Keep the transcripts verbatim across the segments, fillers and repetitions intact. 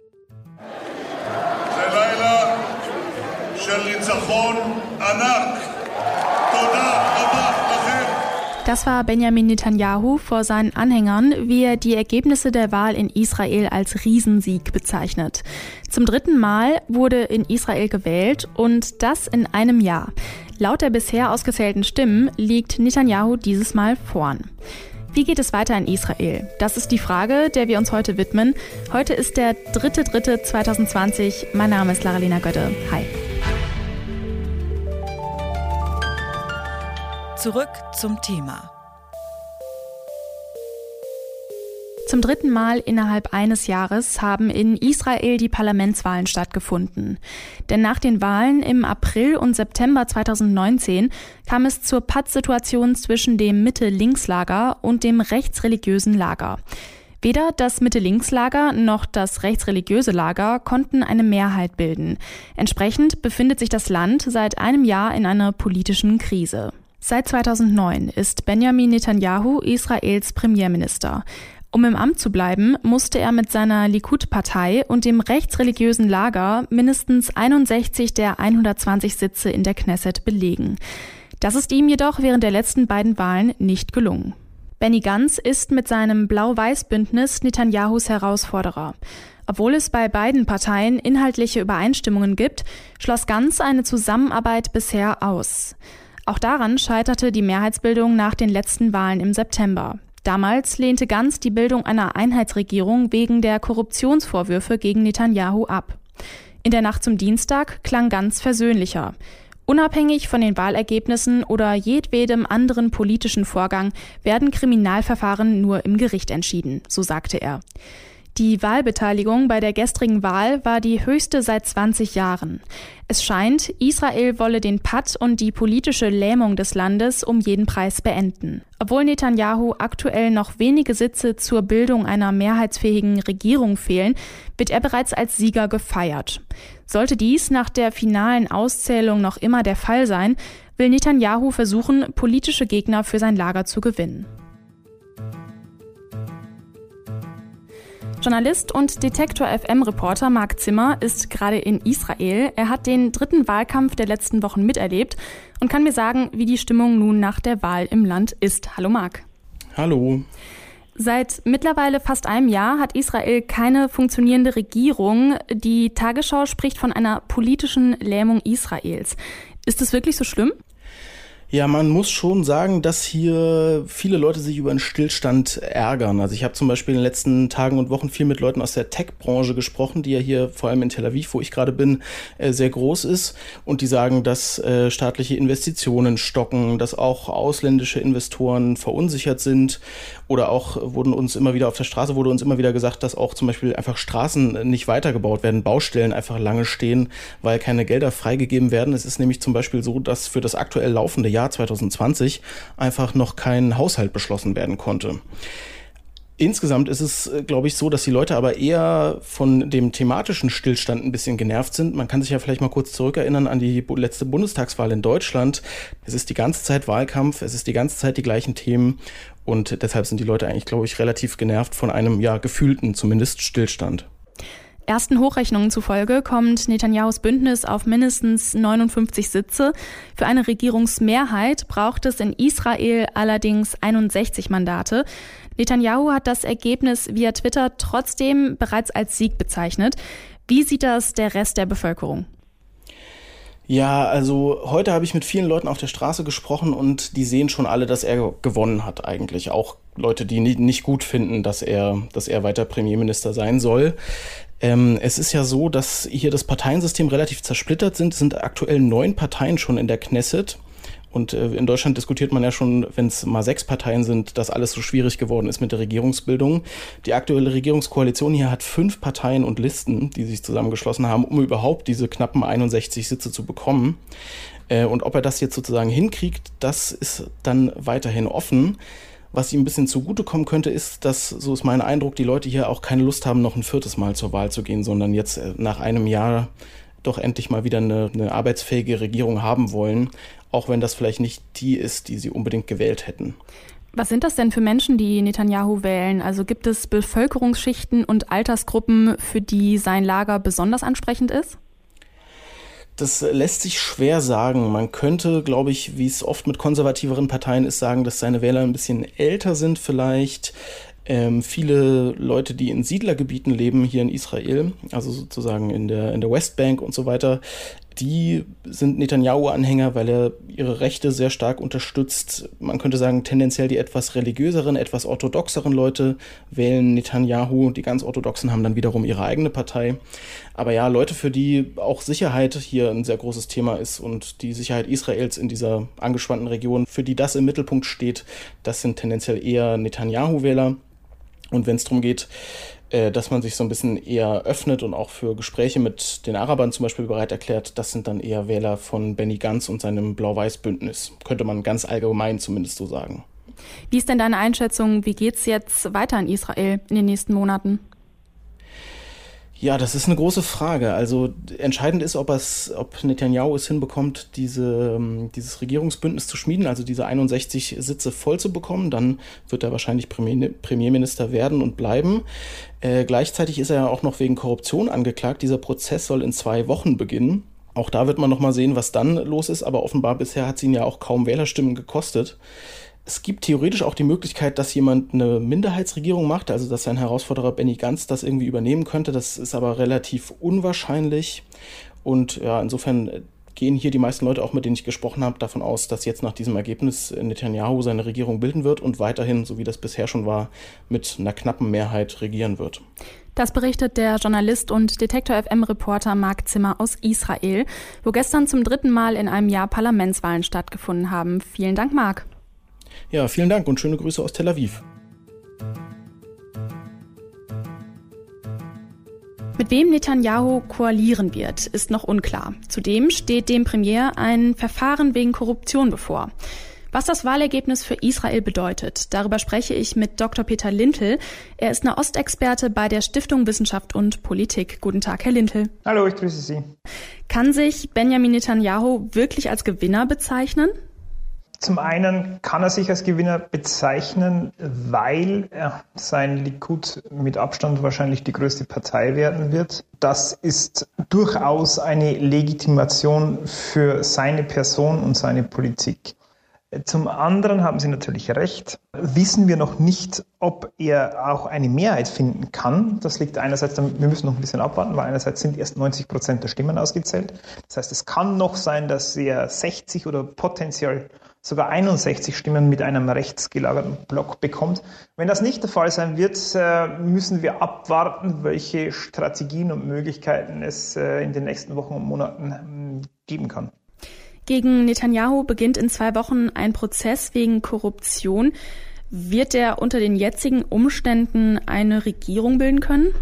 Das war Benjamin Netanyahu vor seinen Anhängern, wie er die Ergebnisse der Wahl in Israel als Riesensieg bezeichnet. Zum dritten Mal wurde in Israel gewählt und das in einem Jahr. Laut der bisher ausgezählten Stimmen liegt Netanyahu dieses Mal vorn. Wie geht es weiter in Israel? Das ist die Frage, der wir uns heute widmen. Heute ist der dritte dritte zweitausendzwanzig. Mein Name ist Lara-Lena Götte. Hi. Zurück zum Thema. Zum dritten Mal innerhalb eines Jahres haben in Israel die Parlamentswahlen stattgefunden. Denn nach den Wahlen im April und September zweitausendneunzehn kam es zur Pattsituation zwischen dem Mitte-Links-Lager und dem rechtsreligiösen Lager. Weder das Mitte-Links-Lager noch das rechtsreligiöse Lager konnten eine Mehrheit bilden. Entsprechend befindet sich das Land seit einem Jahr in einer politischen Krise. Seit zweitausendneun ist Benjamin Netanyahu Israels Premierminister. Um im Amt zu bleiben, musste er mit seiner Likud-Partei und dem rechtsreligiösen Lager mindestens einundsechzig der hundertzwanzig Sitze in der Knesset belegen. Das ist ihm jedoch während der letzten beiden Wahlen nicht gelungen. Benny Gantz ist mit seinem Blau-Weiß-Bündnis Netanyahus Herausforderer. Obwohl es bei beiden Parteien inhaltliche Übereinstimmungen gibt, schloss Gantz eine Zusammenarbeit bisher aus. Auch daran scheiterte die Mehrheitsbildung nach den letzten Wahlen im September. Damals lehnte Gantz die Bildung einer Einheitsregierung wegen der Korruptionsvorwürfe gegen Netanyahu ab. In der Nacht zum Dienstag klang Gantz versöhnlicher. Unabhängig von den Wahlergebnissen oder jedwedem anderen politischen Vorgang werden Kriminalverfahren nur im Gericht entschieden, so sagte er. Die Wahlbeteiligung bei der gestrigen Wahl war die höchste seit zwanzig Jahren. Es scheint, Israel wolle den Patt und die politische Lähmung des Landes um jeden Preis beenden. Obwohl Netanyahu aktuell noch wenige Sitze zur Bildung einer mehrheitsfähigen Regierung fehlen, wird er bereits als Sieger gefeiert. Sollte dies nach der finalen Auszählung noch immer der Fall sein, will Netanyahu versuchen, politische Gegner für sein Lager zu gewinnen. Journalist und Detektor F M-Reporter Marc Zimmer ist gerade in Israel. Er hat den dritten Wahlkampf der letzten Wochen miterlebt und kann mir sagen, wie die Stimmung nun nach der Wahl im Land ist. Hallo Marc. Hallo. Seit mittlerweile fast einem Jahr hat Israel keine funktionierende Regierung. Die Tagesschau spricht von einer politischen Lähmung Israels. Ist das wirklich so schlimm? Ja, man muss schon sagen, dass hier viele Leute sich über einen Stillstand ärgern. Also ich habe zum Beispiel in den letzten Tagen und Wochen viel mit Leuten aus der Tech-Branche gesprochen, die ja hier vor allem in Tel Aviv, wo ich gerade bin, sehr groß ist. Und die sagen, dass staatliche Investitionen stocken, dass auch ausländische Investoren verunsichert sind. Oder auch wurden uns immer wieder auf der Straße, wurde uns immer wieder gesagt, dass auch zum Beispiel einfach Straßen nicht weitergebaut werden, Baustellen einfach lange stehen, weil keine Gelder freigegeben werden. Es ist nämlich zum Beispiel so, dass für das aktuell laufende Jahr zweitausendzwanzig einfach noch kein Haushalt beschlossen werden konnte. Insgesamt ist es, glaube ich, so, dass die Leute aber eher von dem thematischen Stillstand ein bisschen genervt sind. Man kann sich ja vielleicht mal kurz zurückerinnern an die letzte Bundestagswahl in Deutschland. Es ist die ganze Zeit Wahlkampf, es ist die ganze Zeit die gleichen Themen und deshalb sind die Leute eigentlich, glaube ich, relativ genervt von einem, ja, gefühlten zumindest Stillstand. Ersten Hochrechnungen zufolge kommt Netanyahus Bündnis auf mindestens neunundfünfzig Sitze. Für eine Regierungsmehrheit braucht es in Israel allerdings einundsechzig Mandate. Netanyahu hat das Ergebnis via Twitter trotzdem bereits als Sieg bezeichnet. Wie sieht das der Rest der Bevölkerung? Ja, also heute habe ich mit vielen Leuten auf der Straße gesprochen und die sehen schon alle, dass er gewonnen hat eigentlich. Auch Leute, die nicht gut finden, dass er, dass er weiter Premierminister sein soll. Ähm, es ist ja so, dass hier das Parteiensystem relativ zersplittert sind. Es sind aktuell neun Parteien schon in der Knesset. Und äh, in Deutschland diskutiert man ja schon, wenn es mal sechs Parteien sind, dass alles so schwierig geworden ist mit der Regierungsbildung. Die aktuelle Regierungskoalition hier hat fünf Parteien und Listen, die sich zusammengeschlossen haben, um überhaupt diese knappen einundsechzig Sitze zu bekommen. Äh, und ob er das jetzt sozusagen hinkriegt, das ist dann weiterhin offen. Was ihm ein bisschen zugutekommen könnte, ist, dass, so ist mein Eindruck, die Leute hier auch keine Lust haben, noch ein viertes Mal zur Wahl zu gehen, sondern jetzt äh, nach einem Jahr doch endlich mal wieder eine, eine arbeitsfähige Regierung haben wollen, auch wenn das vielleicht nicht die ist, die sie unbedingt gewählt hätten. Was sind das denn für Menschen, die Netanyahu wählen? Also gibt es Bevölkerungsschichten und Altersgruppen, für die sein Lager besonders ansprechend ist? Das lässt sich schwer sagen. Man könnte, glaube ich, wie es oft mit konservativeren Parteien ist, sagen, dass seine Wähler ein bisschen älter sind vielleicht. Ähm, viele Leute, die in Siedlergebieten leben hier in Israel, also sozusagen in der, in der Westbank und so weiter, die sind Netanyahu-Anhänger, weil er ihre Rechte sehr stark unterstützt. Man könnte sagen, tendenziell die etwas religiöseren, etwas orthodoxeren Leute wählen Netanyahu. Die ganz Orthodoxen haben dann wiederum ihre eigene Partei. Aber ja, Leute, für die auch Sicherheit hier ein sehr großes Thema ist und die Sicherheit Israels in dieser angespannten Region, für die das im Mittelpunkt steht, das sind tendenziell eher Netanyahu-Wähler. Und wenn es darum geht, dass man sich so ein bisschen eher öffnet und auch für Gespräche mit den Arabern zum Beispiel bereit erklärt, das sind dann eher Wähler von Benny Gantz und seinem Blau-Weiß-Bündnis. Könnte man ganz allgemein zumindest so sagen. Wie ist denn deine Einschätzung? Wie geht's jetzt weiter in Israel in den nächsten Monaten? Ja, das ist eine große Frage. Also entscheidend ist, ob es, ob Netanyahu es hinbekommt, diese, dieses Regierungsbündnis zu schmieden, also diese einundsechzig Sitze voll zu bekommen. Dann wird er wahrscheinlich Premier, Premierminister werden und bleiben. Äh, gleichzeitig ist er ja auch noch wegen Korruption angeklagt. Dieser Prozess soll in zwei Wochen beginnen. Auch da wird man noch mal sehen, was dann los ist. Aber offenbar bisher hat es ihn ja auch kaum Wählerstimmen gekostet. Es gibt theoretisch auch die Möglichkeit, dass jemand eine Minderheitsregierung macht, also dass sein Herausforderer Benny Gantz das irgendwie übernehmen könnte. Das ist aber relativ unwahrscheinlich. Und ja, insofern gehen hier die meisten Leute, auch mit denen ich gesprochen habe, davon aus, dass jetzt nach diesem Ergebnis Netanyahu seine Regierung bilden wird und weiterhin, so wie das bisher schon war, mit einer knappen Mehrheit regieren wird. Das berichtet der Journalist und Detektor F M-Reporter Marc Zimmer aus Israel, wo gestern zum dritten Mal in einem Jahr Parlamentswahlen stattgefunden haben. Vielen Dank, Marc. Ja, vielen Dank und schöne Grüße aus Tel Aviv. Mit wem Netanyahu koalieren wird, ist noch unklar. Zudem steht dem Premier ein Verfahren wegen Korruption bevor. Was das Wahlergebnis für Israel bedeutet, darüber spreche ich mit Doktor Peter Lintel. Er ist Nahostexperte bei der Stiftung Wissenschaft und Politik. Guten Tag, Herr Lintel. Hallo, ich grüße Sie. Kann sich Benjamin Netanyahu wirklich als Gewinner bezeichnen? Zum einen kann er sich als Gewinner bezeichnen, weil er sein Likud mit Abstand wahrscheinlich die größte Partei werden wird. Das ist durchaus eine Legitimation für seine Person und seine Politik. Zum anderen haben Sie natürlich recht, wissen wir noch nicht, ob er auch eine Mehrheit finden kann. Das liegt einerseits, wir müssen noch ein bisschen abwarten, weil einerseits sind erst neunzig Prozent der Stimmen ausgezählt. Das heißt, es kann noch sein, dass er sechzig oder potenziell sogar einundsechzig Stimmen mit einem rechtsgelagerten Block bekommt. Wenn das nicht der Fall sein wird, müssen wir abwarten, welche Strategien und Möglichkeiten es in den nächsten Wochen und Monaten geben kann. Gegen Netanyahu beginnt in zwei Wochen ein Prozess wegen Korruption. Wird er unter den jetzigen Umständen eine Regierung bilden können?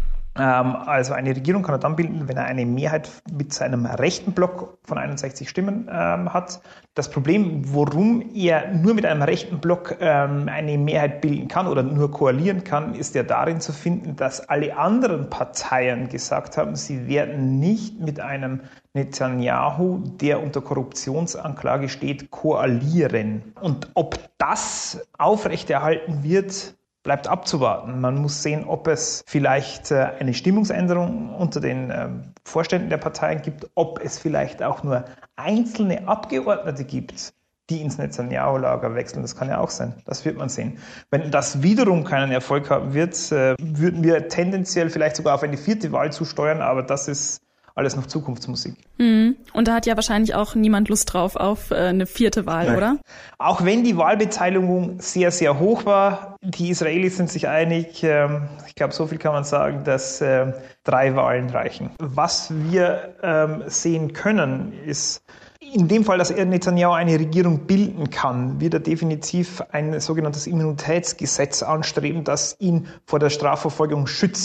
Also eine Regierung kann er dann bilden, wenn er eine Mehrheit mit seinem rechten Block von einundsechzig Stimmen ähm, hat. Das Problem, warum er nur mit einem rechten Block ähm, eine Mehrheit bilden kann oder nur koalieren kann, ist ja darin zu finden, dass alle anderen Parteien gesagt haben, sie werden nicht mit einem Netanyahu, der unter Korruptionsanklage steht, koalieren. Und ob das aufrechterhalten wird, bleibt abzuwarten. Man muss sehen, ob es vielleicht eine Stimmungsänderung unter den Vorständen der Parteien gibt, ob es vielleicht auch nur einzelne Abgeordnete gibt, die ins Netanyahu-Lager wechseln. Das kann ja auch sein. Das wird man sehen. Wenn das wiederum keinen Erfolg haben wird, würden wir tendenziell vielleicht sogar auf eine vierte Wahl zusteuern, aber das ist alles noch Zukunftsmusik. Mhm. Und da hat ja wahrscheinlich auch niemand Lust drauf auf äh, eine vierte Wahl, Nein. oder? Auch wenn die Wahlbeteiligung sehr, sehr hoch war, die Israelis sind sich einig, äh, ich glaube, so viel kann man sagen, dass äh, drei Wahlen reichen. Was wir ähm, sehen können, ist, in dem Fall, dass er Netanyahu eine Regierung bilden kann, wird er definitiv ein sogenanntes Immunitätsgesetz anstreben, das ihn vor der Strafverfolgung schützt.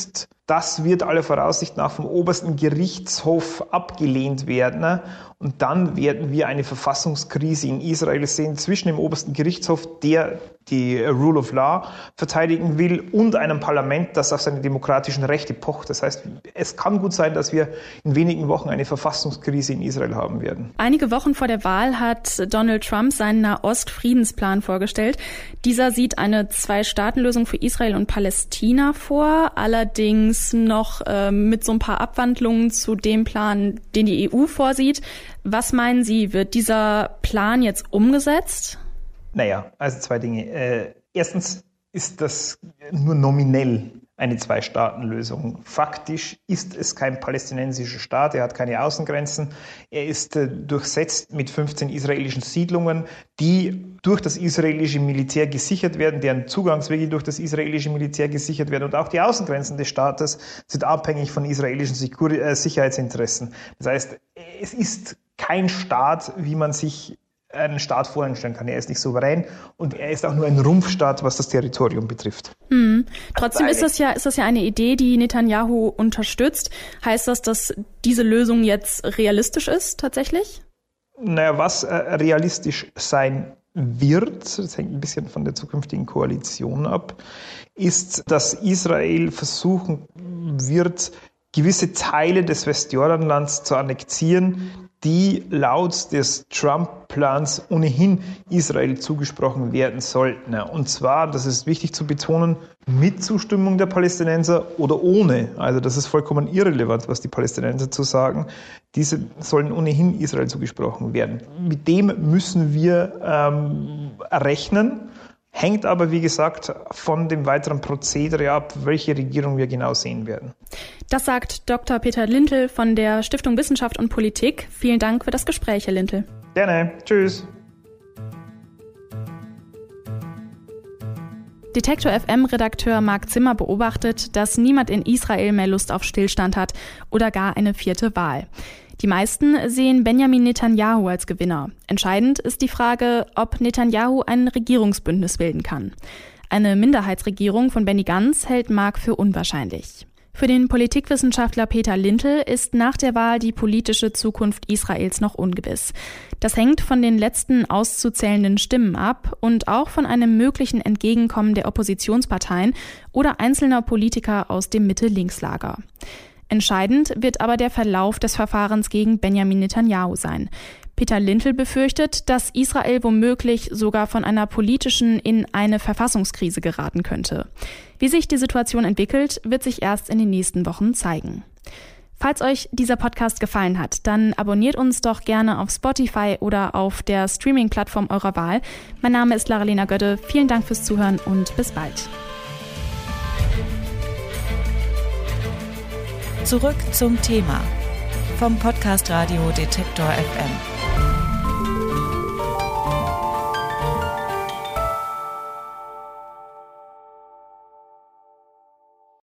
Das wird aller Voraussicht nach vom obersten Gerichtshof abgelehnt werden. Und dann werden wir eine Verfassungskrise in Israel sehen zwischen dem obersten Gerichtshof, der die Rule of Law verteidigen will, und einem Parlament, das auf seine demokratischen Rechte pocht. Das heißt, es kann gut sein, dass wir in wenigen Wochen eine Verfassungskrise in Israel haben werden. Einige Wochen vor der Wahl hat Donald Trump seinen Nahost-Friedensplan vorgestellt. Dieser sieht eine Zwei-Staaten-Lösung für Israel und Palästina vor, allerdings noch äh, mit so ein paar Abwandlungen zu dem Plan, den die E U vorsieht. Was meinen Sie, wird dieser Plan jetzt umgesetzt? Naja, also zwei Dinge. Äh, erstens ist das nur nominell eine Zwei-Staaten-Lösung. Faktisch ist es kein palästinensischer Staat, er hat keine Außengrenzen. Er ist äh, durchsetzt mit fünfzehn israelischen Siedlungen, die durch das israelische Militär gesichert werden, deren Zugangswege durch das israelische Militär gesichert werden. Und auch die Außengrenzen des Staates sind abhängig von israelischen Sikur- äh, Sicherheitsinteressen. Das heißt, es ist kein Staat, wie man sich einen Staat vorstellen kann. Er ist nicht souverän und er ist auch nur ein Rumpfstaat, was das Territorium betrifft. Hm. Trotzdem ist das ja, ist das ja eine Idee, die Netanyahu unterstützt. Heißt das, dass diese Lösung jetzt realistisch ist, tatsächlich? Naja, was äh, realistisch sein wird, das hängt ein bisschen von der zukünftigen Koalition ab, ist, dass Israel versuchen wird, gewisse Teile des Westjordanlands zu annektieren, die laut des Trump-Plans ohnehin Israel zugesprochen werden sollten. Und zwar, das ist wichtig zu betonen, mit Zustimmung der Palästinenser oder ohne. Also das ist vollkommen irrelevant, was die Palästinenser zu sagen. Diese sollen ohnehin Israel zugesprochen werden. Mit dem müssen wir ähm, rechnen. Hängt aber, wie gesagt, von dem weiteren Prozedere ab, welche Regierung wir genau sehen werden. Das sagt Doktor Peter Lintl von der Stiftung Wissenschaft und Politik. Vielen Dank für das Gespräch, Herr Lintl. Gerne. Tschüss. Detektor F M-Redakteur Marc Zimmer beobachtet, dass niemand in Israel mehr Lust auf Stillstand hat oder gar eine vierte Wahl. Die meisten sehen Benjamin Netanyahu als Gewinner. Entscheidend ist die Frage, ob Netanyahu ein Regierungsbündnis bilden kann. Eine Minderheitsregierung von Benny Gantz hält Marc für unwahrscheinlich. Für den Politikwissenschaftler Peter Lintl ist nach der Wahl die politische Zukunft Israels noch ungewiss. Das hängt von den letzten auszuzählenden Stimmen ab und auch von einem möglichen Entgegenkommen der Oppositionsparteien oder einzelner Politiker aus dem Mitte-Links-Lager. Entscheidend wird aber der Verlauf des Verfahrens gegen Benjamin Netanyahu sein. Peter Lintl befürchtet, dass Israel womöglich sogar von einer politischen in eine Verfassungskrise geraten könnte. Wie sich die Situation entwickelt, wird sich erst in den nächsten Wochen zeigen. Falls euch dieser Podcast gefallen hat, dann abonniert uns doch gerne auf Spotify oder auf der Streaming-Plattform eurer Wahl. Mein Name ist Lara-Lena Gödde. Vielen Dank fürs Zuhören und bis bald. Zurück zum Thema vom Podcast Radio Detektor F M.